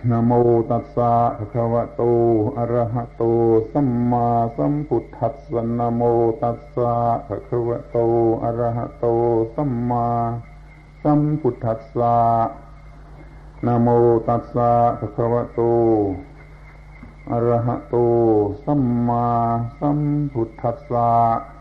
นะโมตัสสะภะคะวะโตอะระหะโตสัมมาสัมพุทธัสสะนะโมตัสสะภะคะวะโตอะระหะโตสัมมาสัมพุทธัสสะนะโมตัสสะภะคะวะโตอะระหะโตสัมมาสัมพุทธัสสะ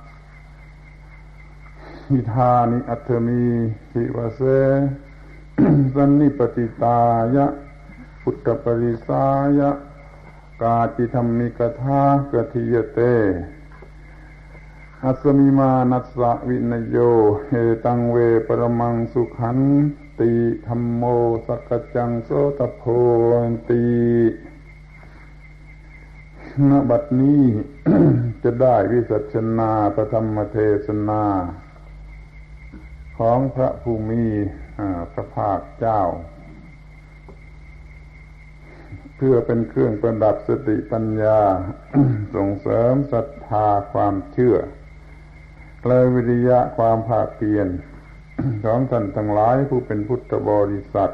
อิธานิอัตถมีทิวเสสันนิปติตายะพุทธปริสายะกาจิธัมมิกถากทิยเตอัสมิมานัสสะวินโยเอตังเวปรมังสุขันติธัมโมสักกจังโสตโพติณบัดนี้ จะได้วิสัชนาพระธรรมเทศนาของพระภูมิพระภาคเจ้าเพื่อเป็นเครื่องประดับสติปัญญา ส่งเสริมศรัทธาความเชื่อและวิริยะความภาคเพียร ของท่านทั้งหลายผู้เป็นพุทธบริษัท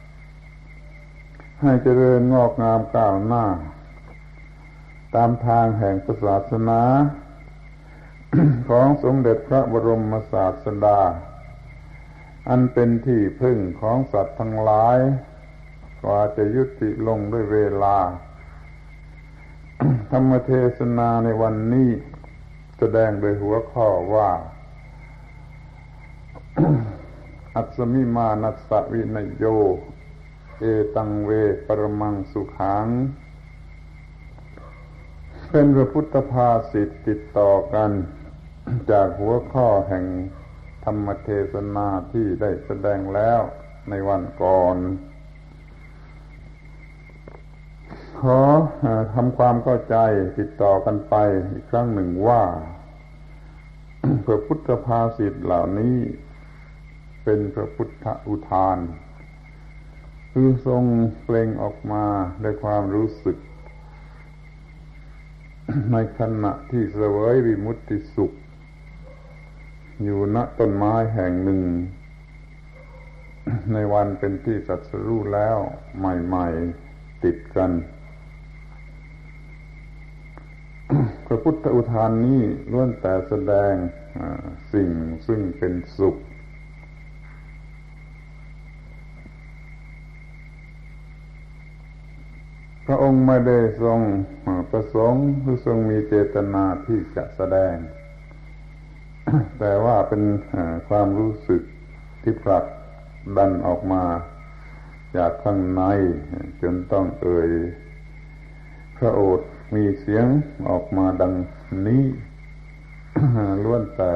ให้เจริญงอกงามก้าวหน้าตามทางแห่งศาสนา ของสมเด็จพระบรมศาสดาอันเป็นที่พึ่งของสัตว์ทั้งหลายกว่าจะยุติลงด้วยเวลา ธรรมเทศนาในวันนี้แสดงโดยหัวข้อว่า อัสสมิมานัสสะวินโยเอตังเวปรมังสุขังเป็นพระพุทธภาษิตติดต่อกันจากหัวข้อแห่งธรรมเทศนาที่ได้แสดงแล้วในวันก่อนขอทำความเข้าใจติดต่อกันไปอีกครั้งหนึ่งว่า พระพุทธภาษิตเหล่านี้เป็นพระพุทธอุทานคือทรงเปล่งออกมาด้วยความรู้สึก ในขณะที่เสวยวิมุตติสุขอยู่ณต้นไม้แห่งหนึ่ง ในวันเป็นที่ตรัสรู้แล้วใหม่ๆติดกันพระพุทธอุทานนี้ล้วนแต่แสดงสิ่งซึ่งเป็นสุขพระองค์ไม่ได้ทรงประสงค์หรือทรงมีเจตนาที่จะแสดง แต่ว่าเป็นความรู้สึกที่ผลักดันออกมาจากข้างในจนต้องเอ่ยพระโอษฐ์มีเสียงออกมาดังนี้ ล้วนแต่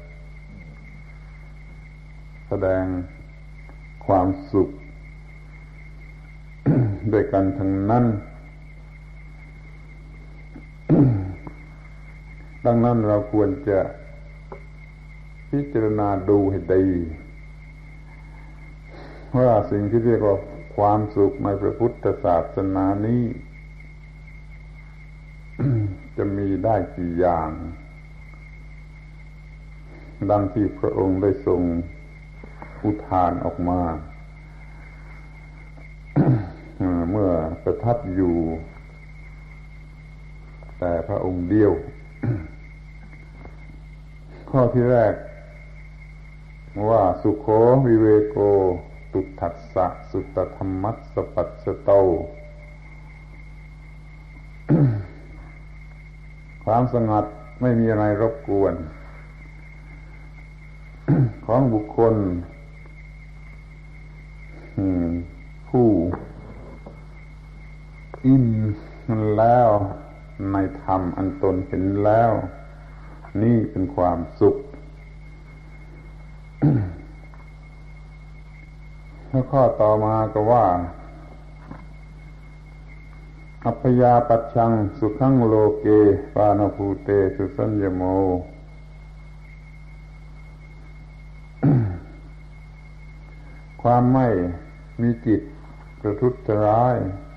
แสดงความสุข ด้วยกันทั้งนั้น ดังนั้นเราควรจะพิจารณาดูให้ดีว่าสิ่งที่เรียกว่าความสุขในพระพุทธศาสนานี้ จะมีได้กี่อย่างดังที่พระองค์ได้ทรงอุทานออกมา เมื่อประทับอยู่แต่พระองค์เดียว ข้อที่แรกว่าสุโขวิเวโกตุถัสสะสุตธรรมัสสปัสสโต ความสงัดไม่มีอะไรรบกวน ของบุคคลผู้อิ่มแล้วในธรรมอันตนเห็นแล้วนี่เป็นความสุข แล้วข้อต่อมาก็ว่าอัพพยาปัชชังสุขังโลเกปานภูเตสุสัญญโม ความไม่มีจิตประทุษร้าย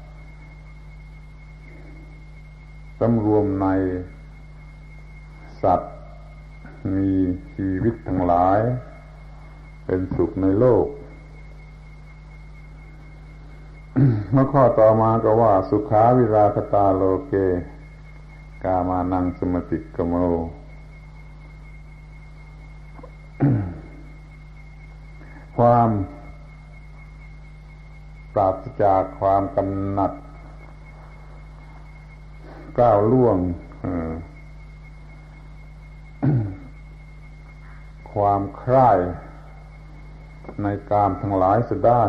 สำรวมในสัตว์มีชีวิตทั้งหลายเป็นสุขในโลกหัวข้อต่อมาก็ว่าสุขาวิราคตาโลเกกามานังสมติกโม ความปราศจากความกำหนัดก้าวล่วงความใคร่ในกามทั้งหลายเสียได้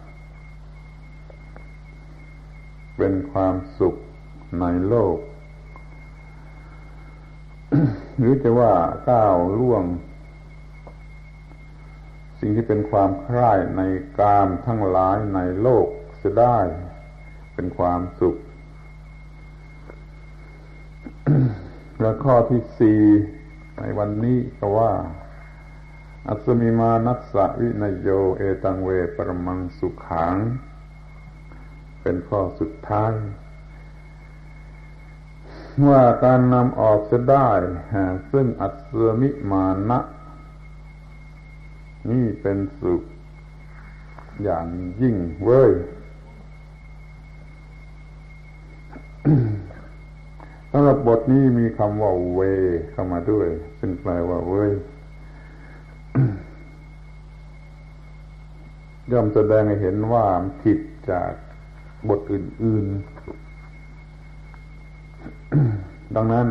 เป็นความสุขในโลก หรือจะว่าก้าวล่วงสิ่งที่เป็นความใคร่ในกามทั้งหลายในโลกเสียได้เป็นความสุข และข้อที่สี่ในวันนี้ก็ว่าอัสมิมานัสสะวินโยเอตังเวปรมังสุขังเป็นข้อสุดท้ายว่าการนำออกจะได้ซึ่งอัสมิมานะนี่เป็นสุขอย่างยิ่งเว้ย สำหรับบทนี้มีคำว่าเวเข้ามาด้วยซึ่งแปลว่าเว้ย ย่อมแสดงให้เห็นว่าผิดจากบทอื่นๆ ดังนั้น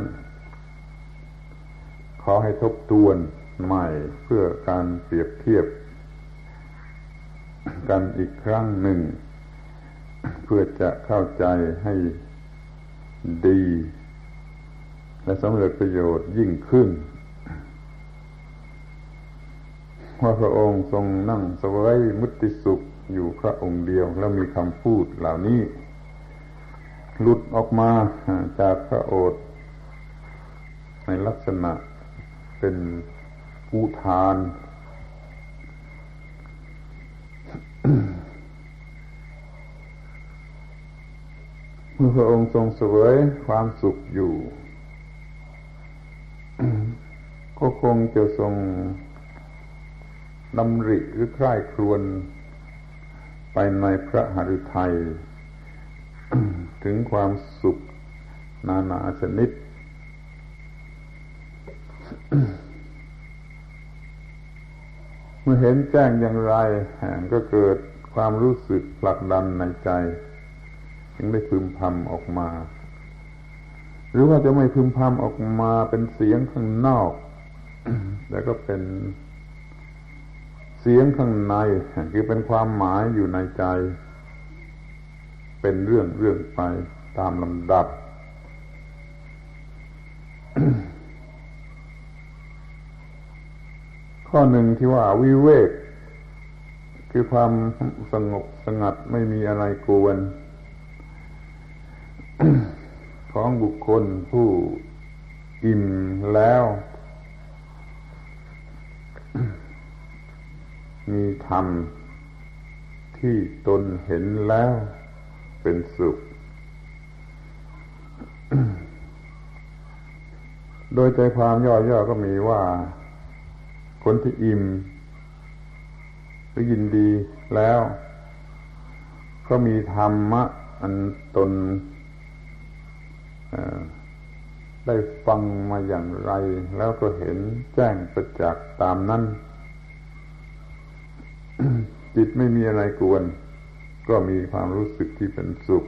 ขอให้ทบทวนใหม่เพื่อการเปรียบเทียบกันอีกครั้งหนึ่งเพื่อจะเข้าใจให้ดีและสำเร็จประโยชน์ยิ่งขึ้นว่าพระองค์ทรงนั่งเสวยมุตติสุขอยู่พระองค์เดียวแล้วมีคำพูดเหล่านี้หลุดออกมาจากพระโอษฐ์ในลักษณะเป็นอุทาน เมื่อพระองค์ทรงเสวยความสุขอยู่ ก็คงจะทรงดำริหรือใคร่ครวญไปในพระหฤทัย ถึงความสุขนานาชนิด เมื่อเห็นแจ้งอย่างไรก็เกิดความรู้สึกผลักดันในใจจึงได้พึมพำออกมาหรือว่าจะไม่พึมพำออกมาเป็นเสียงข้างนอก แต่ก็เป็นเสียงข้างในคือเป็นความหมายอยู่ในใจเป็นเรื่องไปตามลำดับ ข้อหนึ่งที่ว่าวิเวกคือความสงบสงัดไม่มีอะไรกวน ของบุคคลผู้อิ่มแล้วมีธรรมที่ตนเห็นแล้วเป็นสุข โดยใจความย่อๆก็มีว่าคนที่อิ่มหรือยินดีแล้วก็มีธรรมะอันตนได้ฟังมาอย่างไรแล้วก็เห็นแจ้งประจักษ์ตามนั้น จิตไม่มีอะไรกวนก็มีความรู้สึกที่เป็นสุข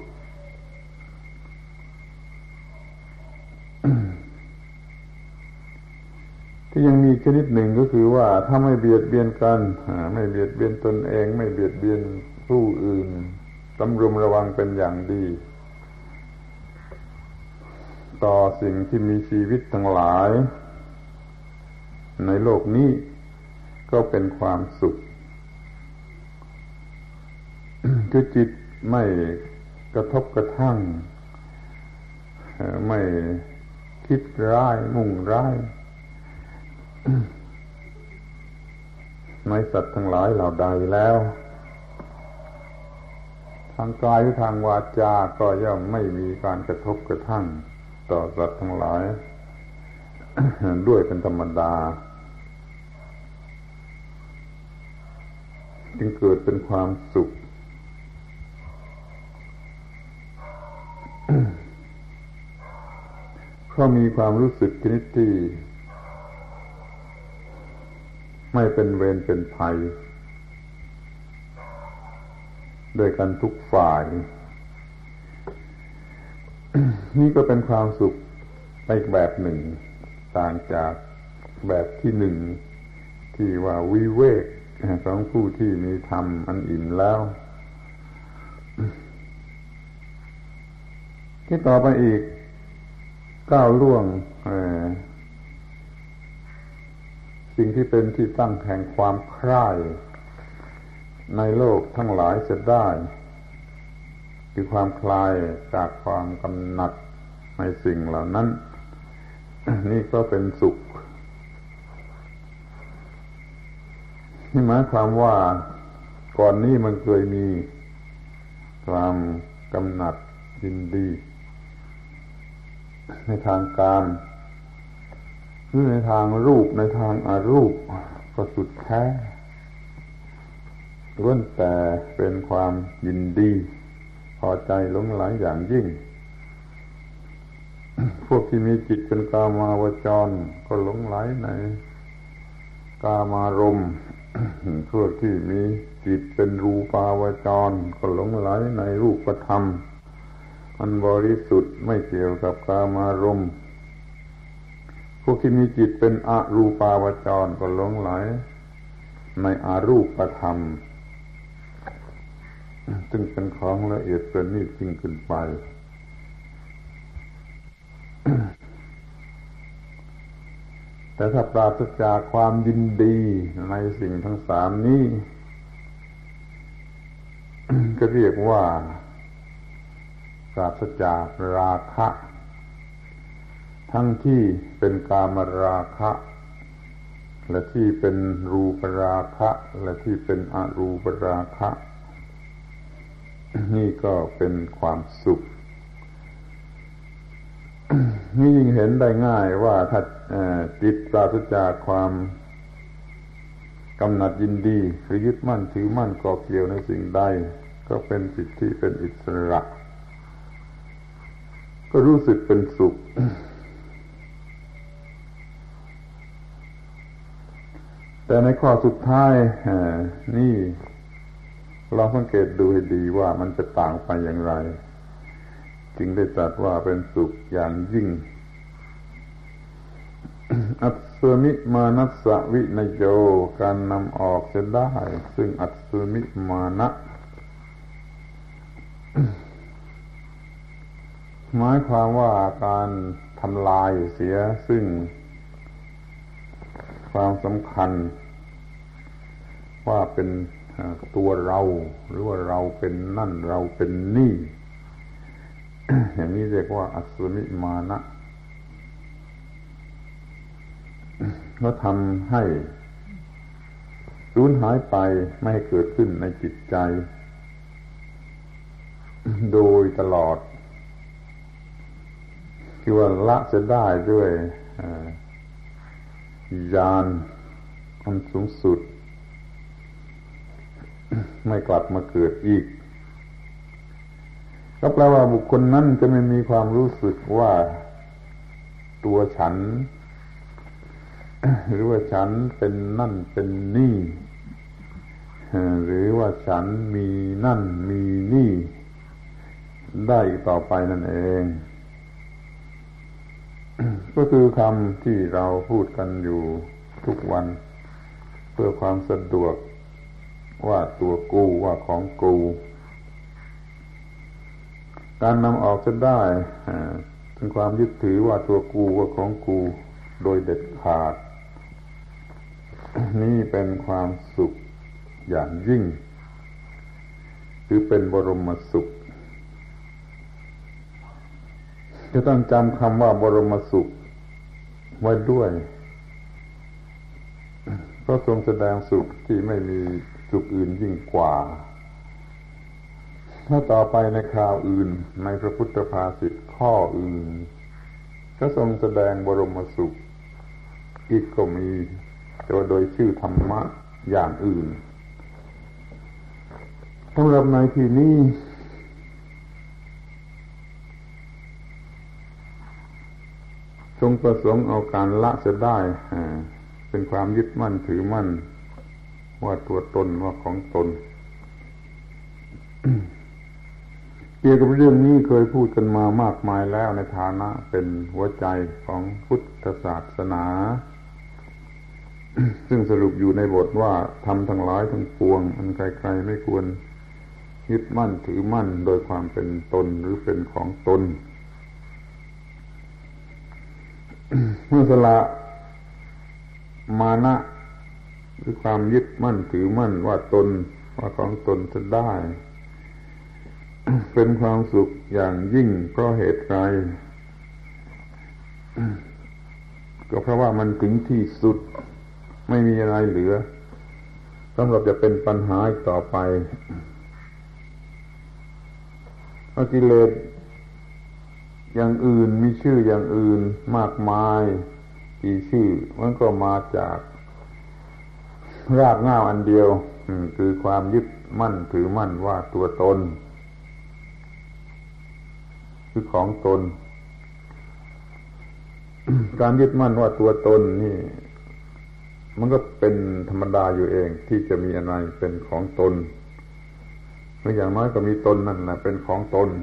ที่ยังมีชนิดหนึ่งก็คือว่าถ้าไม่เบียดเบียนกันไม่เบียดเบียนตนเองไม่เบียดเบียนผู้อื่นสำรวมระวังเป็นอย่างดีต่อสิ่งที่มีชีวิตทั้งหลายในโลกนี้ก็เป็นความสุข คือจิตไม่กระทบกระทั่งไม่คิดร้ายมุ่งร้ายในสัตว์ทั้งหลายเหล่าใดแล้วทางกายหรือทางวาจาก็ย่อมไม่มีการกระทบกระทั่งต่อสัตว์ทั้งหลาย ด้วยเป็นธรรมดาจึงเกิดเป็นความสุขเขามีความรู้สึกชนิดที่ไม่เป็นเวรเป็นภัยด้วยกันทุกฝ่าย นี่ก็เป็นความสุขไปอีกแบบหนึ่งต่างจากแบบที่หนึ่งที่ว่าวิเวกของผู้ที่มีธรรมอันอิ่มแล้วที่ต่อไปอีกก้าวล่วงสิ่งที่เป็นที่ตั้งแห่งความใคร่ในโลกทั้งหลายจะได้คือความคลายจากความกำหนัดในสิ่งเหล่านั้น นี่ก็เป็นสุขนี่หมายความว่าก่อนนี้มันเคยมีความกำหนัดยินดีในทางการหรือในทางรูปในทางอรูปก็สุดแท้ล้วนแต่เป็นความยินดีพอใจหลงไหลอย่างยิ่งพวกที่มีจิตเป็นกามาวจรก็หลงไหลในกามารมณ์พวกที่มีจิตเป็นรูปาวจรก็หลงไหลในรูปธรรมมันบริสุทธิ์ไม่เกี่ยวกับกามารมณ์พวกที่มีจิตเป็นอรูปาวจรก็หลงไหลในอรูปธรรมซึ่งเป็นของละเอียดประณีตยิ่งขึ้นไปแต่ถ้าปราศจากความยินดีในสิ่งทั้งสามนี้ ก็เรียกว่าปราศจากราคะทั้งที่เป็นกามราคะและที่เป็นรูปราคะและที่เป็นอรูปราคะนี่ก็เป็นความสุข นี่ยิ่งเห็นได้ง่ายว่าถ้าจิตปราศจากความกำหนัดยินดีหรือยึดมั่นถือมั่นก่อเกี่ยวในสิ่งใดก็เป็นสิทธิเป็นอิสระก็รู้สึกเป็นสุข แต่ในข้อสุดท้ายนี่ลองสังเกตดูให้ดีว่ามันจะต่างไปอย่างไรจึงได้ตรัสว่าเป็นสุขอย่างยิ่ง อัศมิมานัสสะวินโยการนำออกจะได้ซึ่งอัศมิมานะหมายความว่าการทำลายเสียซึ่งความสำคัญว่าเป็นตัวเราหรือว่าเราเป็นนั่นเราเป็นนี่ อย่างนี้เรียกว่าอัศมิมานะเขาทำให้สูญหายไปไม่ให้เกิดขึ้นในจิตใจโดยตลอดคือว่าละจะได้ด้วยญาณอันสูงสุดไม่กลับมาเกิดอีกก็แปลว่าบุคคลนั้นจะไม่มีความรู้สึกว่าตัวฉันหรือว่าฉันเป็นนั่นเป็นนี่หรือว่าฉันมีนั่นมีนี่ได้อีกต่อไปนั่นเอง ก็คือคำที่เราพูดกันอยู่ทุกวันเพื่อความสะดวกว่าตัวกูว่าของกูการนำออกจะได้ถึงความยึดถือว่าตัวกูว่าของกูโดยเด็ดขาดนี่เป็นความสุขอย่างยิ่งคือเป็นบรมสุขจะต้องจำคำว่าบรมสุขไว้ด้วยเพราะทรงแสดงสุขที่ไม่มีสุขอื่นยิ่งกว่าถ้าต่อไปในคราวอื่นในพระพุทธภาษิตข้ออื่นก็ทรงแสดงบรมสุขอีกก็มีแต่ว่าโดยชื่อธรรมะอย่างอื่นสำหรับในที่นี้ กทรงประสงค์เอาการละเสียได้เป็นความยึดมั่นถือมั่นว่าตัวตนว่าของตน เกี่ยวกับเรื่องนี้เคยพูดกันมามากมายแล้วในฐานะเป็นหัวใจของพุทธศาสนา ซึ่งสรุปอยู่ในบทว่าทำทั้งหลายทั้งปวงอันใครๆไม่ควรยึดมั่นถือมั่นโดยความเป็นตนหรือเป็นของตน เมื่อสละมานะหรือความยึดมั่นถือมั่นว่าตนว่าของตนจะได้ เป็นความสุขอย่างยิ่งเพราะเหตุไรก็เพราะว่ามันถึงที่สุดไม่มีอะไรเหลือสำหรับจะเป็นปัญหาอีกต่อไปกิเลสอย่างอื่นมีชื่ออย่างอื่นมากมายกี่ชื่อมันก็มาจากรากเหง้าอันเดียวคือความยึดมั่นถือมั่นว่าตัวตนคือของตน การยึดมั่นว่าตัวตนนี่มันก็เป็นธรรมดาอยู่เองที่จะมีอะไรเป็นของตนหรืออย่างน้อยก็มีตนนั่นแหละเป็นของตน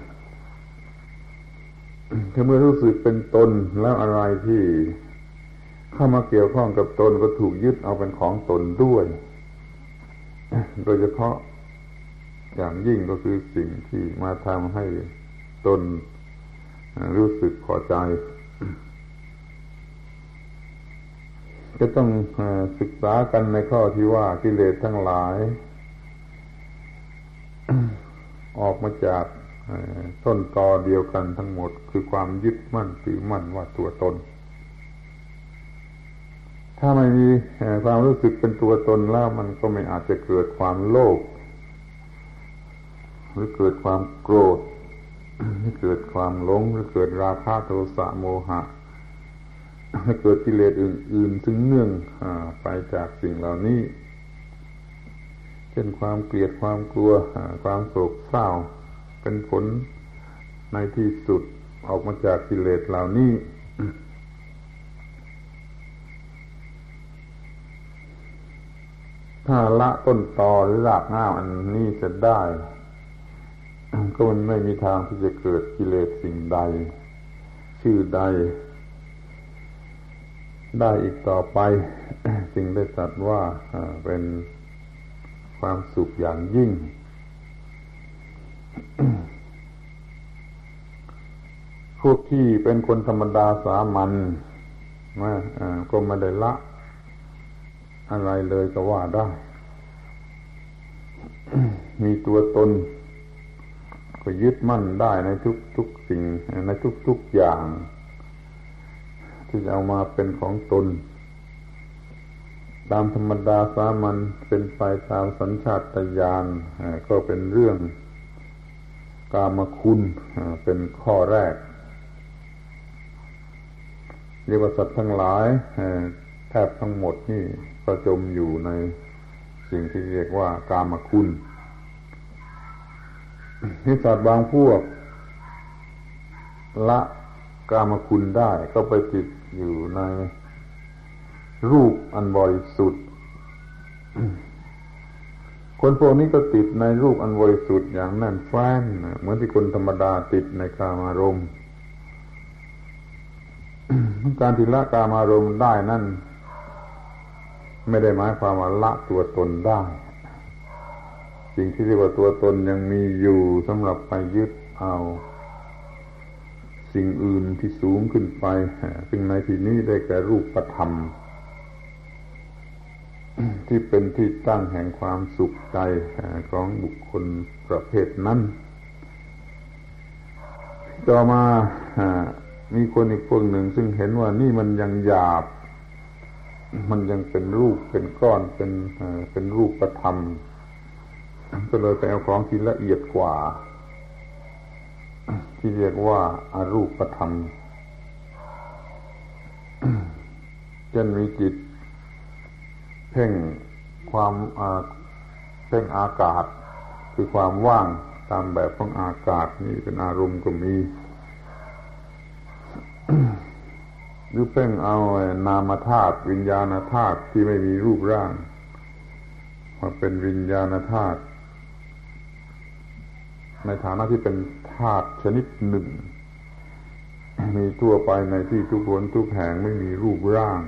ถ้าเมื่อรู้สึกเป็นตนแล้วอะไรที่เข้ามาเกี่ยวข้องกับตนก็ถูกยึดเอาเป็นของตนด้วยโดยเฉพาะอย่างยิ่งก็คือสิ่งที่มาทำให้ตนรู้สึกพอใจจะต้องศึกษากันในข้อที่ว่ากิเลสทั้งหลายออกมาจากต้นตอเดียวกันทั้งหมดคือความยึดมั่นถือมั่นว่าตัวตนถ้าไม่มีความรู้สึกเป็นตัวตนแล้วมันก็ไม่อาจจะเกิดความโลภหรือเกิดความโกรธหรือเกิดความหลงหรือเกิดราคะโทสะโมหะหรือเกิดกิเลสอื่นๆซึ่งเนื่องไปจากสิ่งเหล่านี้เช่นความเกลียดความกลัวความโศกเศร้าเป็นผลในที่สุดออกมาจากกิเลสเหล่านี้ถ้าละต้นตอหรือรากเหง้าอันนี้จะได้ก็มันไม่มีทางที่จะเกิดกิเลสสิ่งใดชื่อใดได้อีกต่อไปจึงได้ตรัสว่าเป็นความสุขอย่างยิ่งพวกที่เป็นคนธรรมดาสามัญก็ไม่ได้ละอะไรเลยก็ว่าได้ มีตัวตนก็ยึดมั่นได้ในทุกสิ่งในทุกอย่างที่จะเอามาเป็นของตนตามธรรมดาสามัญเป็นไปตามสัญชาตญาณก็เป็นเรื่องกามคุณเป็นข้อแรกเรียกว่าสัตว์ทั้งหลายแทบทั้งหมดนี่ก็จมอยู่ในสิ่งที่เรียกว่ากามคุณที่สัตว์บางพวกละกามคุณได้ก็ไปติดอยู่ในรูปอันบริสุทธิ์คนพวกนี้ก็ติดในรูปอันบริสุทธิ์อย่างแน่นแฟ้นเหมือนที่คนธรรมดาติดในกามารมณ์การที่ละกามารมณ์ได้นั่นไม่ได้หมายความว่าละตัวตนได้สิ่งที่เรียกว่าตัวตนยังมีอยู่สำหรับไปยึดเอาสิ่งอื่นที่สูงขึ้นไปซึ่งในที่นี้ได้แก่รูปธรรมที่เป็นที่ตั้งแห่งความสุขใจของบุคคลประเภทนั้นต่อมามีคนอีกพวกหนึ่งซึ่งเห็นว่านี่มันยังหยาบมันยังเป็นรูปเป็นก้อนเป็นรูปธรรมก็เลยไปเอาของที่ละเอียดกว่าที่เรียกว่าอรูปธรรมเช่นมีจิตเพ่งเพ่งอากาศคือความว่างตามแบบของอากาศนี่เป็นอารมณ์ก็มีรือเพ่งเอานามธาตุวิญญาณธาตุที่ไม่มีรูปร่างมาเป็นวิญญาณธาตุในฐานะที่เป็นธาตุชนิดหนึ่งมีทั่วไปในที่ทุกคนทุกแห่งไม่มีรูปร่าง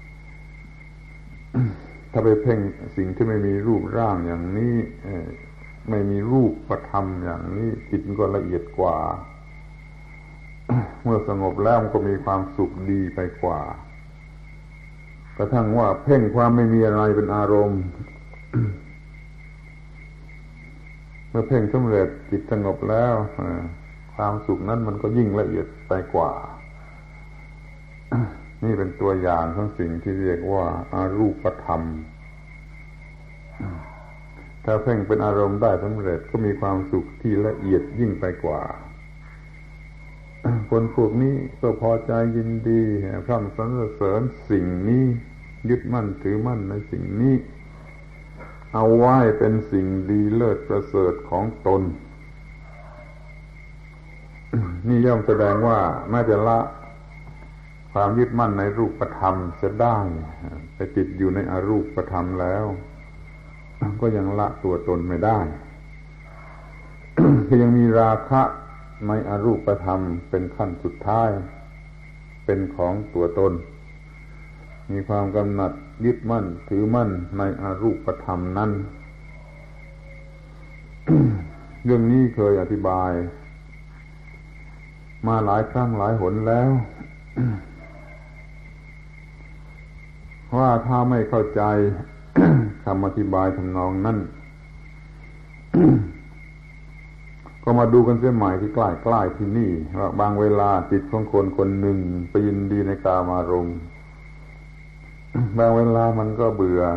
ถ้าไปเพ่งสิ่งที่ไม่มีรูปร่างอย่างนี้ไม่มีรูปธรรมอย่างนี้จิตมันก็ละเอียดกว่าเมื่อสงบแล้วมันก็มีความสุขดีไปกว่ากระทั่งว่าเพ่งความไม่มีอะไรเป็นอารมณ์เมื่อเพ่งสำเร็จจิตสงบแล้วความสุขนั้นมันก็ยิ่งละเอียดไปกว่านี่เป็นตัวอย่างของสิ่งที่เรียกว่าอารูปธรรมถ้าเพ่งเป็นอารมณ์ได้สำเร็จก็มีความสุขที่ละเอียดยิ่งไปกว่าคนพวกนี้ก็พอใจยินดีพร่ำสรรเสริญสิ่งนี้ยึดมั่นถือมั่นในสิ่งนี้เอาไว้เป็นสิ่งดีเลิศประเสริฐของตนนี่ย่อมแสดงว่าแม้จะละความยึดมั่นในรูปธรรมจะได้ไปติดอยู่ในอรูปธรรมแล้วก็ยังละตัวตนไม่ได้ก็ยังมีราคะในอรูปธรรมเป็นขั้นสุดท้ายเป็นของตัวตนมีความกำหนัดยึดมั่นถือมั่นในอรูปธรรมนั้น เรื่องนี้เคยอธิบายมาหลายครั้งหลายหนแล้ว ว่าถ้าไม่เข้าใจ คำอธิบายทำนองนั้น ก็มาดูกันเสียใหม่ที่ใกล้ๆที่นี่ว่าบางเวลาจิตของคนคนหนึ่งไปยินดีในกามารมณ์ บางเวลามันก็เบื่อ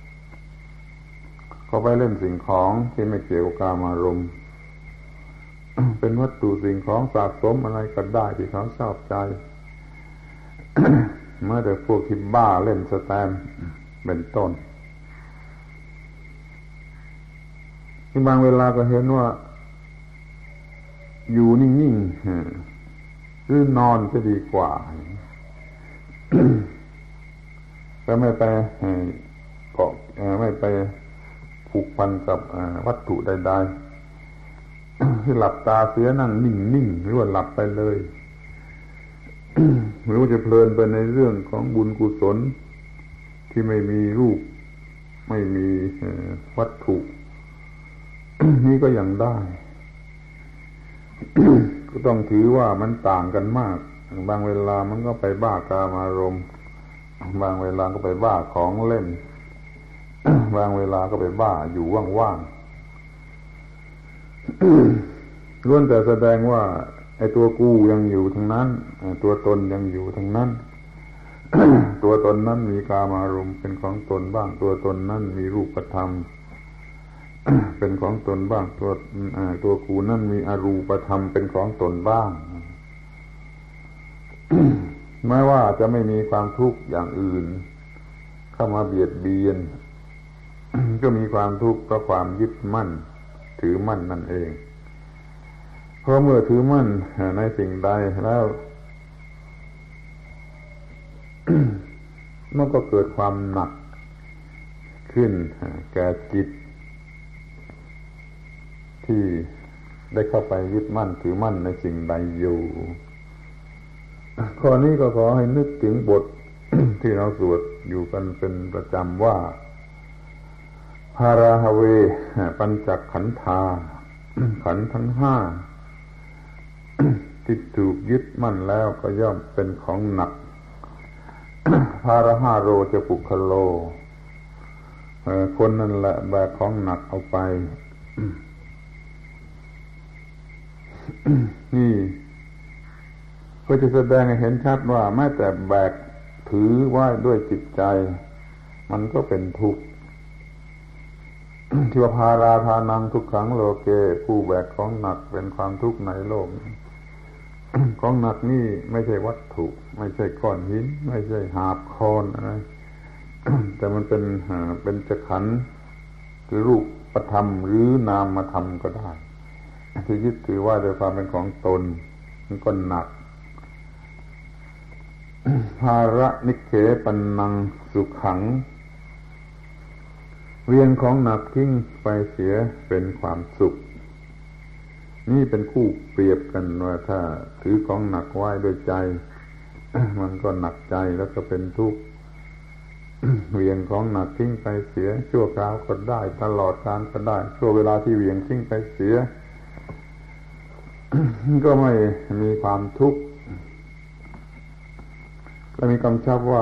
ก็ไปเล่นสิ่งของที่ไม่เกี่ยวกับกามารมณ์ เป็นวัตถุสิ่งของสะสมอะไรก็ได้ที่เขาชอบใจ เมื่อแต่พวกที่บ้าเล่นสแตมป์เป็นต้นที่บางเวลาก็เห็นว่าอยู่นิ่งๆหรือนอนจะดีกว่าก็ไม่ไปเกาะไม่ไปผูกพันกับวัตถุใดๆที่หลับตาเสียนั่งนิ่งๆหรือว่าหลับไปเลย หรือว่าจะเพลินไปในเรื่องของบุญกุศลที่ไม่มีรูปไม่มีวัตถุ นี่ก็ยังได้ ก็ต้องถือว่ามันต่างกันมากบางเวลามันก็ไปบ้ากามารมณ์บางเวลาก็ไปบ้าของเล่น บางเวลาก็ไปบ้าอยู่ว่างๆล้วนแต่แสดงว่าไอ้ตัวกูยังอยู่ทั้งนั้นตัวตนยังอยู่ทั้งนั้น ตัวตนนั้นมีกามารมณ์เป็นของตนบ้างตัวตนนั้นมีรูปธรรม เป็นของตนบ้างตัวกูนั่นมีอรูปธรรมเป็นของตนบ้าง แม้ว่าจะไม่มีความทุกข์อย่างอื่นเข้ามาเบียดเบียน ก็มีความทุกข์เพราะความยึดมั่นถือมั่นนั่นเองเพราะเมื่อถือมั่นในสิ่งใดแล้ว มันก็เกิดความหนักขึ้นแก่จิตที่ได้เข้าไปยึดมั่นถือมั่นในสิ่งใดอยู่ข้อนี้ก็ขอให้นึกถึงบท ที่เราสวดอยู่กันเป็นประจำว่าภาราฮเวปัญจขันธา ขันธ์ทั้งห้า ที่ถูกยึดมั่นแล้วก็ย่อมเป็นของหนัก ภาระหาโรจะปุคโลคนนั่นแหละแบกของหนักเอาไป นี่ก็จะแสดงให้เห็นชัดว่าแม้แต่แบกถือไว้ด้วยจิตใจมันก็เป็นทุกข์ ที่ว่าภาราทานังทุกขังโลเกผู้แบกของหนักเป็นความทุกข์ในโลก ของหนักนี่ไม่ใช่วัตถุไม่ใช่ก้อนหินไม่ใช่หาบคอนอะไร แต่มันเป็นจักขันธ์คือรูปธรรมหรือนามธรรมก็ได้ที่ยึดถือว่าโดยความเป็นของตนมันก็หนักภาระนิเขปนังสุขังเวียงของหนักทิ้งไปเสียเป็นความสุขนี่เป็นคู่เปรียบกันว่าถ้าถือของหนักไว้ด้วยใจ มันก็หนักใจแล้วก็เป็นทุกข์ เวียงของหนักทิ้งไปเสียชั่วคราวก็ได้ตลอดกาลก็ได้ชั่วเวลาที่เวียงทิ้งไปเสีย ก็ไม่มีความทุกข์และมีคำชับว่า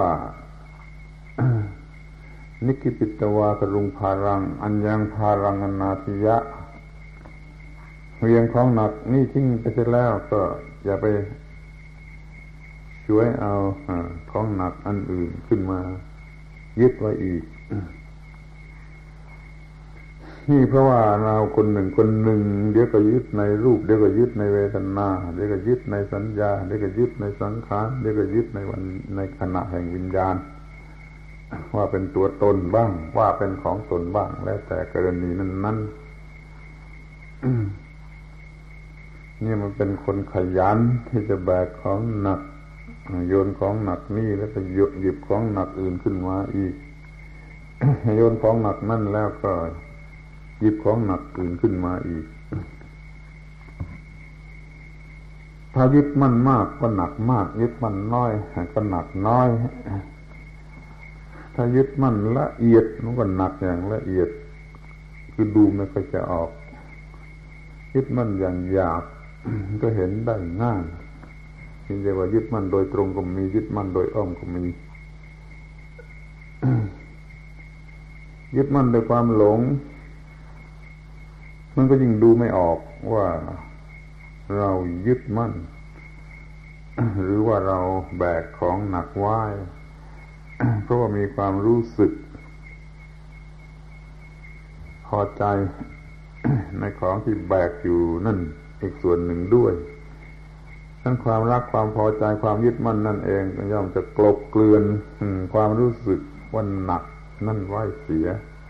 นิกิปิตวาตรุงภารังอัญญังภารังอนาทิยะเวียงของหนักนี่ทิ้งไปเสร็จแล้วก็อย่าไปช่วยเอาของหนักอันอื่นขึ้นมายึดไว้อีกนี่เพราะว่าเราคนหนึ่งเดี๋ยวก็ยึดในรูปเดี๋ยวก็ยึดในเวทนาเดี๋ยวก็ยึดในสัญญาเดี๋ยวก็ยึดในสังขารเดี๋ยวก็ยึดในขณะแห่งวิญญาณว่าเป็นตัวตนบ้างว่าเป็นของตนบ้างแล้วแต่กรณีนั้นนี่มันเป็นคนขยันที่จะแบกของหนักโยนของหนักนี่แล้วก็หยิบของหนักอื่นขึ้นมาอีก โยนของหนักนั่นแล้วก็หยิบของหนักอื่นขึ้นมาอีก ถ้ายึดมั่นมากก็หนักมากยึดมั่นน้อยก็หนักน้อยถ้ายึดมั่นละเอียดมันก็หนักอย่างละเอียดคือดูไม่ค่อยจะออกยึดมั่นอย่างหยาบ ก็เห็นได้ง่ายที่เรียกว่ายึดมั่นโดยตรงก็มียึดมั่นโดยอ้อมก็มี ยึดมั่นโดยความหลงมันก็ยิ่งดูไม่ออกว่าเรายึดมั่น หรือว่าเราแบกของหนักไว้ เพราะว่ามีความรู้สึกพอใจ ในของที่แบกอยู่นั่นอีกส่วนหนึ่งด้วยทั้งความรักความพอใจความยึดมั่นนั่นเองก็ย่อมจะกลบเกลื่อนความรู้สึกว่าหนักนั่นไว้เสีย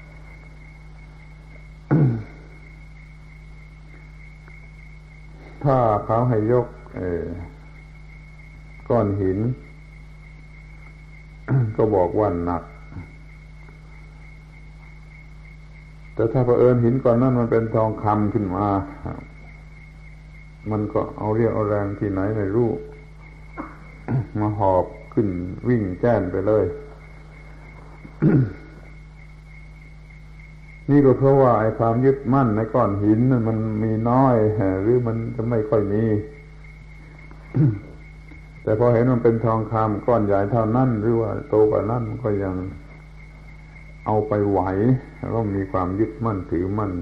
ถ้าเขาให้ยกก้อนหิน ก็บอกว่าหนักแต่ถ้าเผอิญหินก้อนนั้นมันเป็นทองคำขึ้นมามันก็เอาเรี่ยวเอาแรงที่ไหนไม่รู้ มาหอบขึ้นวิ่งแจ้นไปเลย นี่ก็เพราะว่าไอ้ความยึดมั่นในก้อนหินนั้นมันมีน้อยหรือมันจะไม่ค่อยมี แต่พอเห็นมันเป็นทองคำก้อนใหญ่เท่านั้นหรือว่าโตกว่านั้นก็ยังเอาไปไหวแล้วก็มีความยึดมั่นถือมั่น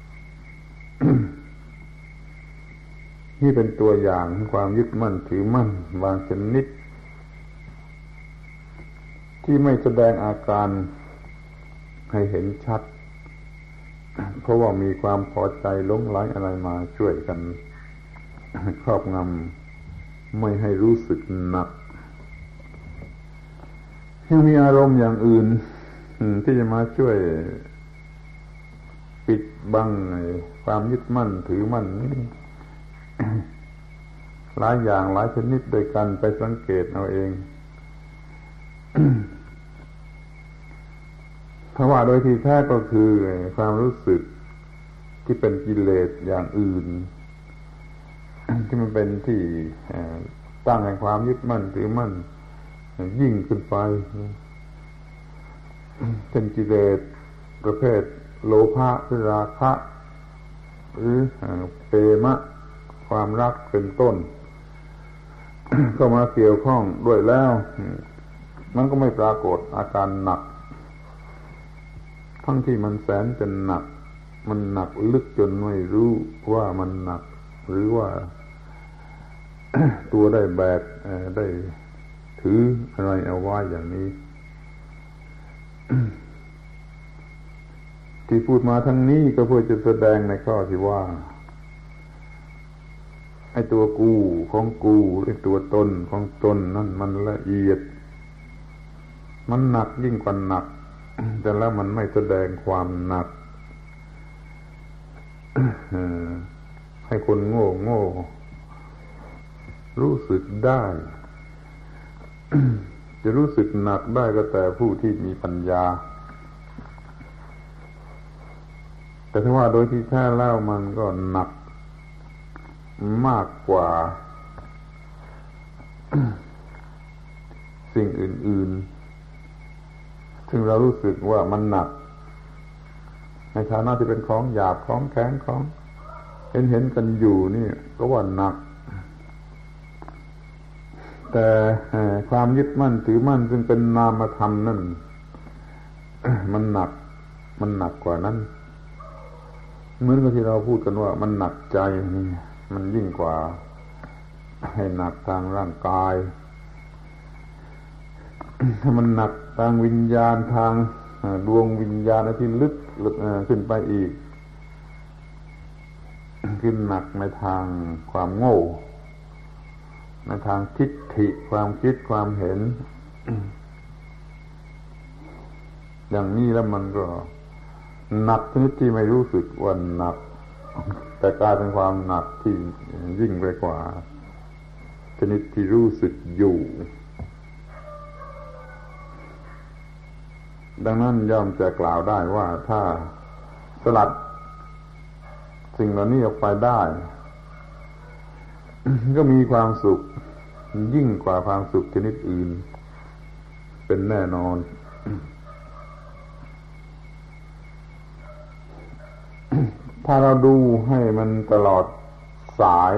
นี่เป็นตัวอย่างของความยึดมั่นถือมั่นบางชนิดที่ไม่แสดงอาการให้เห็นชัดเพราะว่ามีความพอใจหลงไหลอะไรมาช่วยกันครอบงำไม่ให้รู้สึกหนักยังมีอารมณ์อย่างอื่นที่จะมาช่วยปิดบังความยึดมั่นถือมั่นนี่หลายอย่างหลายชนิดโดยกันไปสังเกตเอาเอง เพราะว่าโดยที่แท้ก็คือความรู้สึกที่เป็นกิเลสอย่างอื่น ที่มันเป็นที่ตั้งแห่งความยึดมั่นถือมั่นยิ่งขึ้นไปเป็นกิเลสประเภทโลภะหรือราคะหรือเปมะความรักเป็นต้น เข้ามาเกี่ยวข้องด้วยแล้วมันก็ไม่ปรากฏอาการหนักทั้งที่มันแสนจะหนักมันหนักลึกจนไม่รู้ว่ามันหนักหรือว่า ตัวได้แบกได้ถืออะไรเอาไว้อย่างนี้ ที่พูดมาทั้งนี้ก็เพื่อจะแสดงในข้อที่ว่าไอ้ตัวกูของกูไอ้ตัวตนของตนนั่นมันละเอียดมันหนักยิ่งกว่าหนักแต่แล้วมันไม่แสดงความหนัก ให้คนโง่รู้สึกได้จะรู้สึกหนักได้ก็แต่ผู้ที่มีปัญญาแต่ถ้าว่าโดยที่แท้แล้วมันก็หนักมากกว่า สิ่งอื่นๆซึ่งเรารู้สึกว่ามันหนักในฐานะที่เป็นของหยาบของแข็งของเห็นกันอยู่นี่ก็ว่าหนักแต่ความยึดมั่นถือมั่นซึ่งเป็นนามธรรมนั่นมันหนักกว่านั้นเหมือนกับที่เราพูดกันว่ามันหนักใจมันยิ่งกว่าให้หนักทางร่างกายถ้ามันหนักทางวิญญาณทางดวงวิญญาณที่ลึกขึ้นไปอีกขึ้นหนักในทางความโง่ในทางทิฏฐิความคิดความเห็น อย่างนี้แล้วมันก็หนักชนิดที่ไม่รู้สึกว่าหนักแต่กลายเป็นความหนักที่ยิ่งไปกว่าชนิดที่รู้สึกอยู่ดังนั้นย่อมจะกล่าวได้ว่าถ้าสลัดสิ่งเหล่านี้ออกไปได้ ก็มีความสุขยิ่งกว่าความสุขชนิดอื่นเป็นแน่นอน ถ้าเราดูให้มันตลอดสาย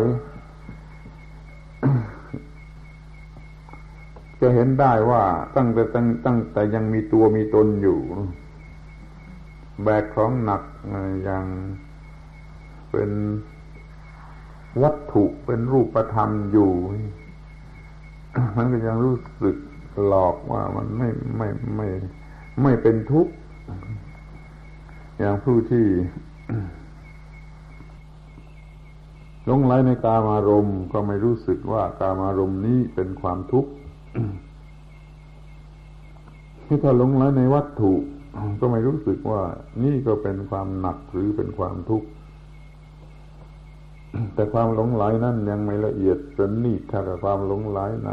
จะเห็นได้ว่าตั้งแต่ยังมีตัวมีตนอยู่แบกของหนักอย่างเป็นวัตถุเป็นรูปธรรมอยู่มันก็ยังรู้สึกหลอกว่ามันไม่เป็นทุกข์อย่างผู้ที่หลงไหลในกามารมณ์ก็ไม่รู้สึกว่ากามารมณ์นี้เป็นความทุกข์ที่ถ้าหลงไหลในวัตถุก็ไม่รู้สึกว่านี่ก็เป็นความหนักหรือเป็นความทุกข์แต่ความหลงไหลนั้นยังไม่ละเอียดประณีตเท่ากับความหลงไหลใน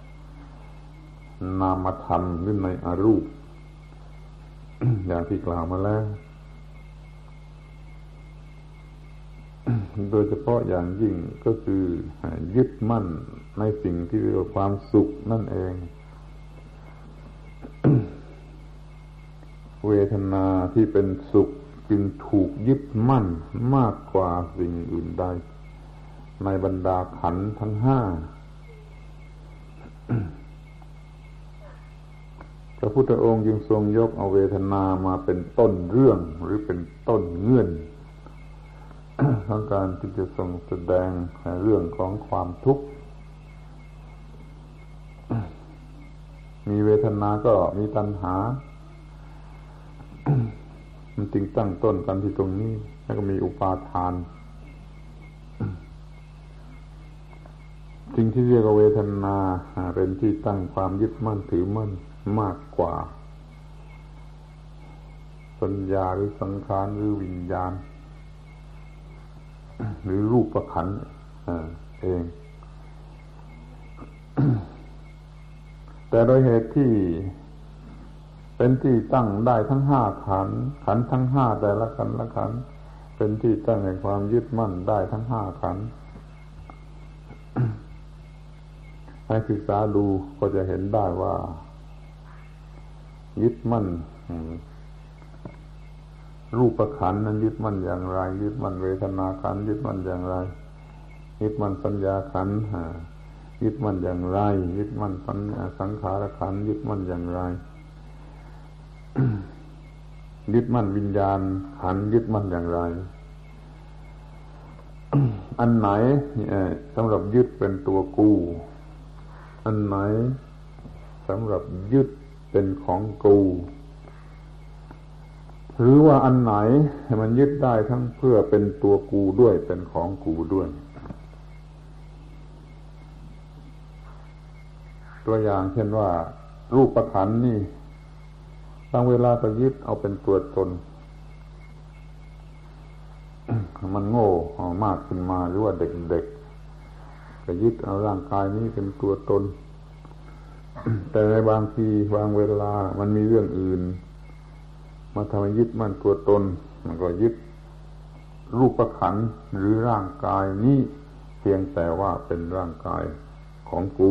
นามธรรมหรือในอรูป อย่างที่กล่าวมาแล้ว โดยเฉพาะอย่างยิ่งก็คือยึดมั่นในสิ่งที่เรียกว่าความสุขนั่นเอง เวทนาที่เป็นสุขจึงถูกยึดมั่นมากกว่าสิ่งอื่นใดในบรรดาขันธ์ทั้งห้า พระพุทธองค์จึงทรงยกเอาเวทนามาเป็นต้นเรื่องหรือเป็นต้นเงื่อน ของการที่จะทรงแสดงเรื่องของความทุกข์ มีเวทนาก็มีตัณหา มันจึงตั้งต้นกันที่ตรงนี้แล้วก็มีอุปาทานสิ่งที่เรียกว่าเวทนาเป็นที่ตั้งความยึดมั่นถือมั่นมากกว่าสัญญาหรือสังขารหรือวิญญาณหรือรูปขันธ์เอง แต่โดยเหตุที่เป็นที่ตั้งได้ทั้งห้าขันธ์ทั้งห้าแต่ละขันธ์ละขันธ์เป็นที่ตั้งแห่งความยึดมั่นได้ทั้งห้าขันธ์ ให้ศึกษาดูก็จะเห็นได้ว่ายึดมั่นรูปขันธ์นั้นยึดมั่นอย่างไรยึดมั่นเวทนาขันธ์ยึดมั่นอย่างไรยึดมั่นสัญญาขันธ์ยึดมั่นอย่างไรยึดมั่นสังขารขันธ์ยึดมั่นอย่างไร ยึดมั่นวิญญาณขันธ์ยึดมั่นอย่างไร อันไหนสำหรับยึดเป็นตัวกูอันไหนสำหรับยึดเป็นของกูหรือว่าอันไหนมันยึดได้ทั้งเพื่อเป็นตัวกูด้วยเป็นของกูด้วยตัวอย่างเช่นว่ารูปขันธ์นี่บางเวลาก็ยึดเอาเป็นตัวตน มันโง่มากขึ้นมาหรือว่าเด็กๆก็ยึดเอาร่างกายนี้เป็นตัวตนแต่ในบางทีบางเวลามันมีเรื่องอื่นมาทำให้ยึดมั่นตัวตนมันก็ยึดรูปขันธ์หรือร่างกายนี้เพียงแต่ว่าเป็นร่างกายของกู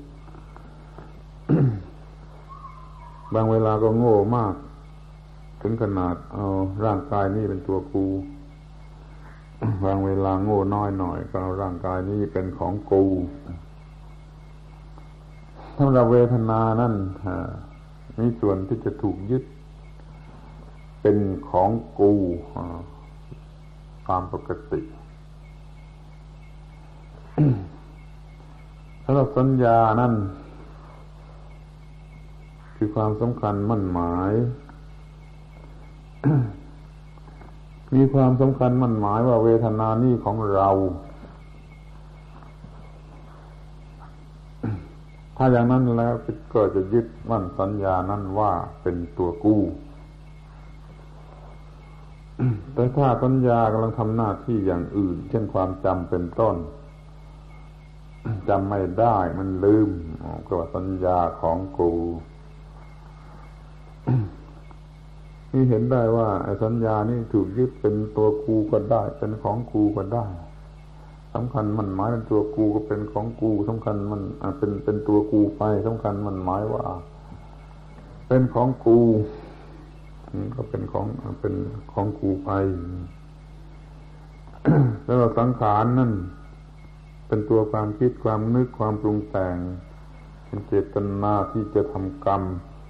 บางเวลาก็โง่มากถึงขนาดเอาร่างกายนี้เป็นตัวกู บางเวลาโง่น้อยหน่อยก็เอาร่างกายนี้เป็นของกูสำหรับเวทนานั่นมีส่วนที่จะถูกยึดเป็นของกูตามปกติสำหรับสัญญานั่นคือความสำคัญมั่นหมาย มีความสำคัญมั่นหมายว่าเวทนานี้ของเราถ้าอย่างนั้นแล้วก็จะยึดมั่นสัญญานั้นว่าเป็นตัวกู้แต่ถ้าสัญญากำลังทำหน้าที่อย่างอื่นเช่นความจำเป็นต้นจำไม่ได้มันลืมก็ว่าสัญญาของกูนี่เห็นได้ว่าสัญญานี่ถูกยึดเป็นตัวกูก็ได้เป็นของกูก็ได้สำคัญมันหมายเป็นตัวกูก็เป็นของกูสำคัญมันเป็นตัวกูไปสำคัญมันหมายว่าเป็นของกูก็เป็นของกูไป แล้วสังขารนั่นเป็นตัวความคิดความนึกความปรุงแต่งเป็นเจตนาที่จะทำกรรม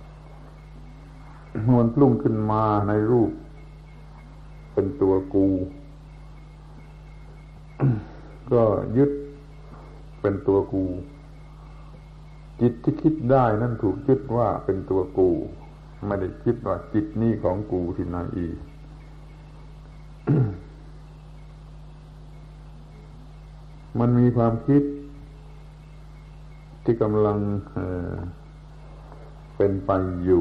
มันปรุงขึ้นมาในรูปเป็นตัวกูก็ยึดเป็นตัวกูจิตที่คิดได้นั่นถูกยึดว่าเป็นตัวกูไม่ได้คิดว่าจิตนี่ของกูที่ไหนอีก มันมีความคิดที่กำลังเป็นไปอยู่